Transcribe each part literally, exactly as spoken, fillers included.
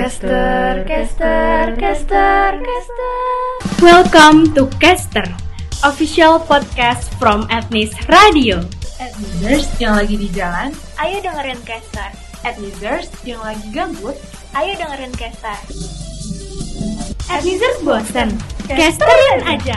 Caster, caster, caster, caster. Welcome to Caster, official podcast from Etnis Radio. Etnisers yang lagi di jalan, Ayo dengerin Caster. Etnisers yang lagi gabut, Ayo dengerin Caster. Etnisers bosan, casterin aja.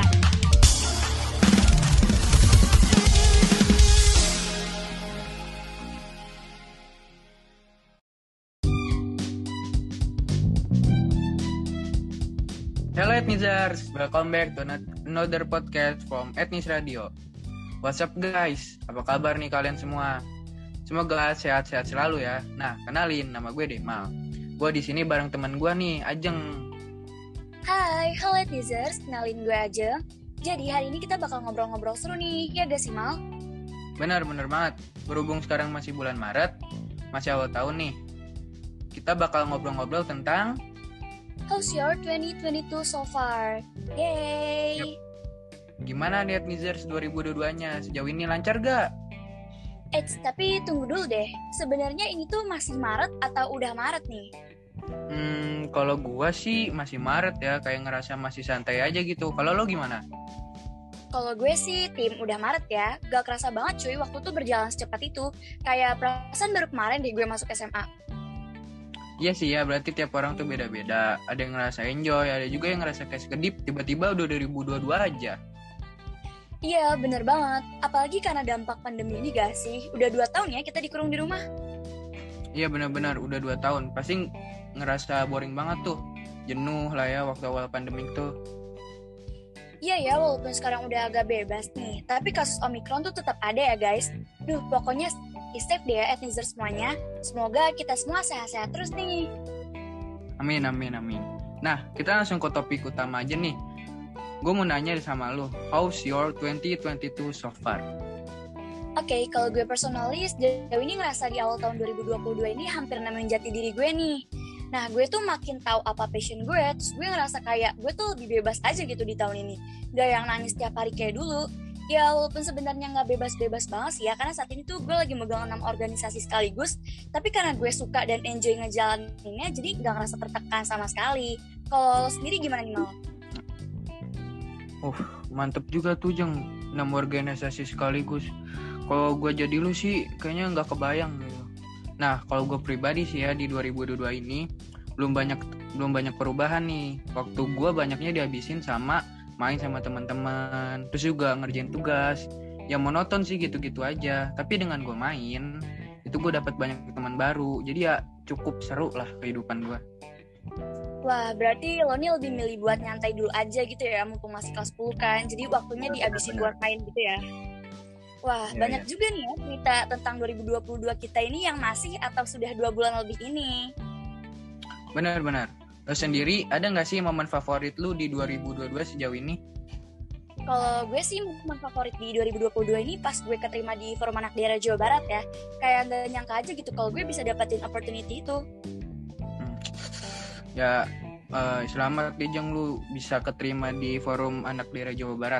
Hello Etnisers, welcome back to another podcast from Etnis Radio. What's up guys, apa kabar nih kalian semua? Semoga sehat-sehat selalu ya. Nah, kenalin, nama gue Demal. Gue di sini bareng teman gue nih, Ajeng. Hai, halo Etnisers, kenalin gue Ajeng. Jadi hari ini kita bakal ngobrol-ngobrol seru nih, ya gak sih Mal? Bener, bener banget. Berhubung sekarang masih bulan Maret, masih awal tahun nih. Kita bakal ngobrol-ngobrol tentang How's your twenty twenty-two so far? Yay! Yep. Gimana nih Etnisers dua ribu dua puluh dua-nya? Sejauh ini lancar gak? Eits, tapi tunggu dulu deh. Sebenarnya ini tuh masih Maret atau udah Maret nih? Hmm, kalau gua sih masih Maret ya, kayak ngerasa masih santai aja gitu. Kalau lo gimana? Kalau gue sih tim udah Maret ya. Gak kerasa banget cuy, waktu tuh berjalan secepat itu. Kayak perasaan baru kemarin deh gue masuk S M A. Iya sih ya, berarti tiap orang tuh beda-beda. Ada yang ngerasa enjoy, ada juga yang ngerasa kayak sekedip, tiba-tiba udah dua ribu dua puluh dua aja. Iya, bener banget. Apalagi karena dampak pandemi ini gak sih? Udah dua tahun ya kita dikurung di rumah. Iya benar-benar, udah dua tahun. Pasti ngerasa boring banget tuh. Jenuh lah ya waktu awal pandemi tuh. Iya ya, walaupun sekarang udah agak bebas nih, tapi kasus Omicron tuh tetap ada ya guys. Duh, pokoknya stay safe deh ya Etnisers semuanya. Semoga kita semua sehat-sehat terus nih. Amin, amin, amin. Nah, kita langsung ke topik utama aja nih. Gue mau nanya sama lu, how's your twenty twenty-two so far? Oke, okay, kalau gue personally, sejauh ini ngerasa di awal tahun dua ribu dua puluh dua ini hampir nemuin jati diri gue nih. Nah, gue tuh makin tahu apa passion gue, terus gue ngerasa kayak gue tuh lebih bebas aja gitu di tahun ini. Gak yang nangis tiap hari kayak dulu. Ya, walaupun sebenarnya gak bebas-bebas banget sih ya, karena saat ini tuh gue lagi megang enam organisasi sekaligus, tapi karena gue suka dan enjoy ngejalaninnya, jadi gak ngerasa tertekan sama sekali. Kalau lo sendiri gimana nih, Mal? Uh, mantep juga tuh, Jeng. enam organisasi sekaligus. Kalau gue jadi lu sih, kayaknya gak kebayang gitu. Nah, kalau gue pribadi sih ya, di dua ribu dua puluh dua ini, belum banyak belum banyak perubahan nih. Waktu gue banyaknya dihabisin sama main sama teman-teman, terus juga ngerjain tugas. Ya monoton sih gitu-gitu aja. Tapi dengan gue main, itu gue dapat banyak teman baru. Jadi ya cukup seru lah kehidupan gue. Wah, berarti lo nih lebih milih buat nyantai dulu aja gitu ya, mumpung masih kelas sepuluh kan. Jadi waktunya dihabisin buat main gitu ya. Wah, ya, banyak ya. Juga nih ya cerita tentang dua ribu dua puluh dua kita ini yang masih atau sudah dua bulan lebih ini. Benar-benar. Lo sendiri ada nggak sih momen favorit lu di dua ribu dua puluh dua sejauh ini? Kalau gue sih momen favorit di dua ribu dua puluh dua ini pas gue keterima di Forum Anak Daerah Jawa Barat ya. Kayak nggak nyangka aja gitu kalau gue bisa dapetin opportunity itu. Hmm. Ya, uh, selamat deh Jeng, lu bisa keterima di Forum Anak Daerah Jawa Barat.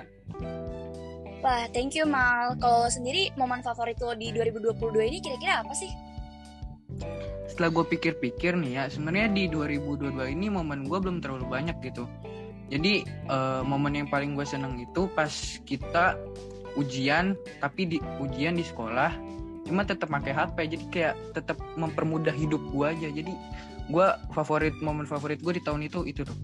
Wah, thank you Mal. Kalau sendiri momen favorit lo di dua ribu dua puluh dua ini kira-kira apa sih? Setelah gue pikir-pikir nih ya, sebenarnya di dua ribu dua puluh dua ini momen gue belum terlalu banyak gitu. Jadi uh, momen yang paling gue seneng itu pas kita ujian, tapi di ujian di sekolah, cuma tetap pakai H P, jadi kayak tetap mempermudah hidup gue aja. Jadi gue favorit momen favorit gue di tahun itu itu tuh.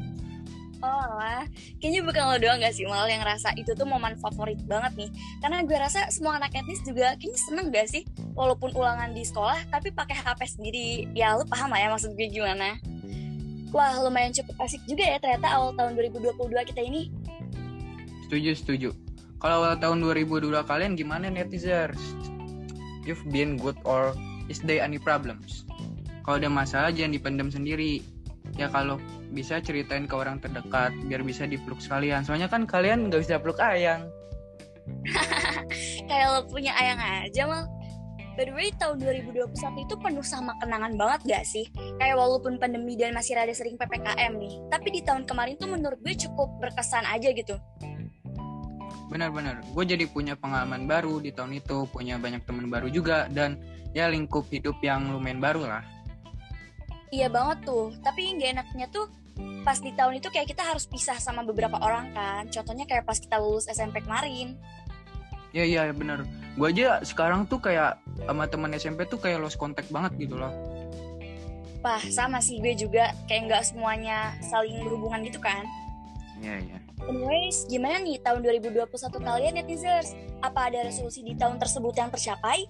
Oh lah, kayaknya bukan lo doang gak sih Mal yang rasa itu tuh momen favorit banget nih. Karena gue rasa semua anak etnis juga kayaknya seneng gak sih, walaupun ulangan di sekolah tapi pakai H P sendiri. Ya lu paham lah ya maksud gue gimana. Wah, lumayan cukup asik juga ya ternyata awal tahun dua ribu dua puluh dua kita ini. Setuju, setuju. Kalau awal tahun dua ribu dua puluh dua kalian gimana netizers? You've been good or is there any problems? Kalau ada masalah jangan dipendam sendiri. Ya kalau bisa ceritain ke orang terdekat biar bisa dipeluk sekalian. Soalnya kan kalian gak bisa peluk ayang. Kayak lo punya ayang aja Mal. By the way, tahun dua ribu dua puluh satu itu penuh sama kenangan banget gak sih? Kayak walaupun pandemi dan masih rada sering P P K M nih, tapi di tahun kemarin tuh menurut gue cukup berkesan aja gitu. Benar-benar, gue jadi punya pengalaman baru di tahun itu, punya banyak teman baru juga, dan ya lingkup hidup yang lumayan baru lah. Iya banget tuh, tapi nggak enaknya tuh pas di tahun itu kayak kita harus pisah sama beberapa orang kan. Contohnya kayak pas kita lulus S M P kemarin. Iya iya bener. Gue aja sekarang tuh kayak sama teman S M P tuh kayak lost contact banget gitu loh. Wah, sama sih gue juga, kayak nggak semuanya saling berhubungan gitu kan. Iya iya. Anyways, gimana nih tahun dua ribu dua puluh satu kalian netizers? Apa ada resolusi di tahun tersebut yang tercapai?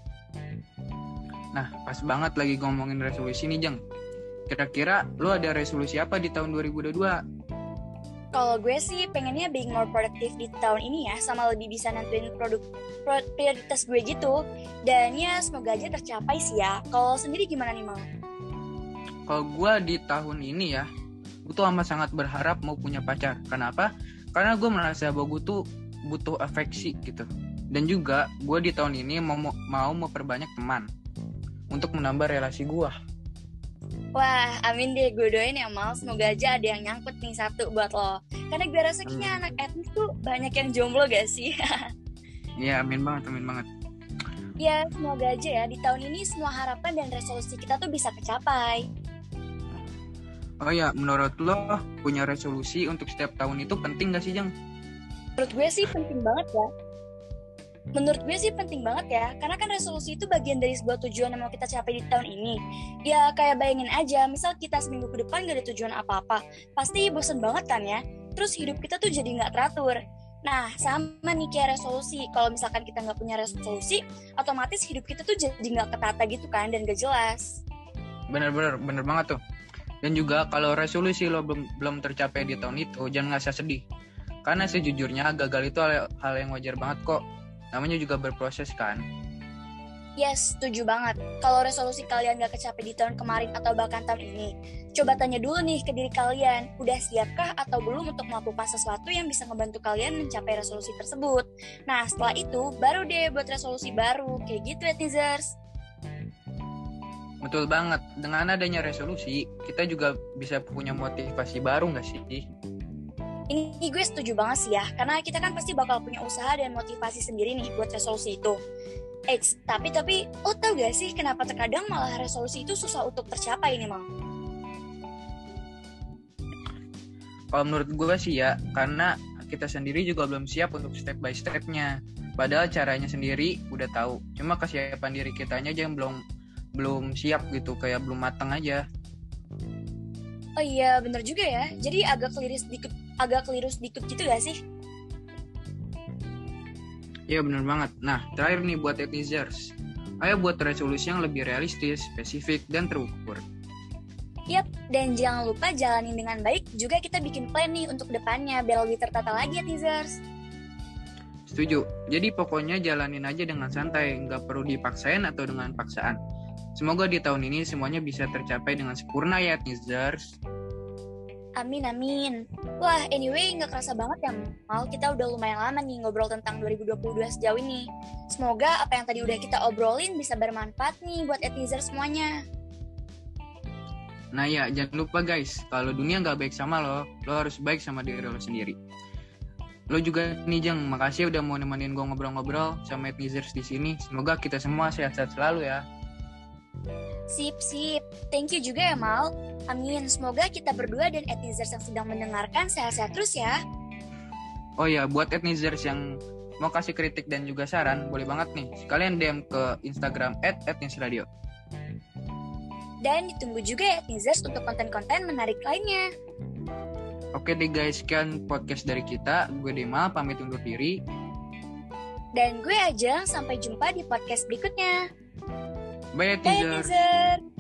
Nah, pas banget lagi ngomongin resolusi nih, Jeng. Kira-kira lu ada resolusi apa di tahun dua ribu dua puluh dua? Kalau gue sih pengennya being more productive di tahun ini ya, sama lebih bisa nentuin produk pro- prioritas gue gitu. Dan ya semoga aja tercapai sih ya. Kalau sendiri gimana nih Mal? Kalau gue di tahun ini ya, gue tuh amat sangat berharap mau punya pacar. Kenapa? Karena gue merasa bahwa gue tuh butuh afeksi gitu. Dan juga gue di tahun ini mau mau memperbanyak teman untuk menambah relasi gue. Wah, amin deh, gue doain ya Mal. Semoga aja ada yang nyangkut nih satu buat lo. Karena gue rasa kayaknya Hmm. anak etnis tuh banyak yang jomblo gak sih? Iya, amin banget, amin banget. Ya, semoga aja ya di tahun ini semua harapan dan resolusi kita tuh bisa tercapai. Oh ya, menurut lo punya resolusi untuk setiap tahun itu penting gak sih, Jeng? Menurut gue sih penting banget ya. Menurut gue sih penting banget ya, karena kan resolusi itu bagian dari sebuah tujuan yang mau kita capai di tahun ini. Ya kayak bayangin aja, misal kita seminggu ke depan gak ada tujuan apa-apa, pasti bosen banget kan ya. Terus hidup kita tuh jadi gak teratur. Nah, sama nih kayak resolusi. Kalau misalkan kita gak punya resolusi, otomatis hidup kita tuh jadi gak ketata gitu kan, dan gak jelas. Bener-bener, bener banget tuh. Dan juga kalau resolusi lo belum belum tercapai di tahun itu, jangan ngerasa sedih. Karena sejujurnya gagal itu hal, hal yang wajar banget kok. Namanya juga berproses kan. Yes, setuju banget. Kalau resolusi kalian gak kecapai di tahun kemarin atau bahkan tahun ini, coba tanya dulu nih ke diri kalian, udah siapkah atau belum untuk melakukan sesuatu yang bisa ngebantu kalian mencapai resolusi tersebut. Nah, setelah itu, baru deh buat resolusi baru. Kayak gitu ya, teasers. Betul banget. Dengan adanya resolusi, kita juga bisa punya motivasi baru gak sih? Ini gue setuju banget sih ya, karena kita kan pasti bakal punya usaha dan motivasi sendiri nih buat resolusi itu. Eits, tapi tapi, lo tau gak sih kenapa terkadang malah resolusi itu susah untuk tercapai nih, Mal? Kalau menurut gue sih ya, karena kita sendiri juga belum siap untuk step by stepnya. Padahal caranya sendiri udah tahu. Cuma kesiapan diri kitanya aja yang belum belum siap gitu, kayak belum matang aja. Oh iya, bener juga ya. Jadi agak keliru sedikit, agak keliru sedikit gitu gak sih? Iya bener banget. Nah, terakhir nih buat netizers. Ayo buat resolusi yang lebih realistis, spesifik, dan terukur. Yap, dan jangan lupa jalanin dengan baik. Juga kita bikin plan nih untuk depannya, biar lebih tertata lagi ya, teasers. Setuju. Jadi pokoknya jalanin aja dengan santai, nggak perlu dipaksain atau dengan paksaan. Semoga di tahun ini semuanya bisa tercapai dengan sempurna ya, teasers. Amin, amin. Wah, anyway, nggak kerasa banget ya, Mal. Kita udah lumayan lama nih ngobrol tentang dua ribu dua puluh dua sejauh ini. Semoga apa yang tadi udah kita obrolin bisa bermanfaat nih buat netizen semuanya. Nah ya, jangan lupa guys, kalau dunia nggak baik sama lo, lo harus baik sama diri lo sendiri. Lo juga nih Jeng, makasih udah mau nemenin gue ngobrol-ngobrol sama netizers di sini. Semoga kita semua sehat-sehat selalu ya. Sip, sip. Thank you juga ya, Mal. Amin. Semoga kita berdua dan netizers yang sedang mendengarkan sehat-sehat terus ya. Oh ya, buat netizers yang mau kasih kritik dan juga saran, boleh banget nih. Sekalian D M ke Instagram at etnisradio. Dan ditunggu juga ya, netizers, untuk konten-konten menarik lainnya. Oke deh guys, sekian podcast dari kita. Gue Dema, pamit undur diri. Dan gue Ajeng, sampai jumpa di podcast berikutnya. Bye Bye, netizers. netizers!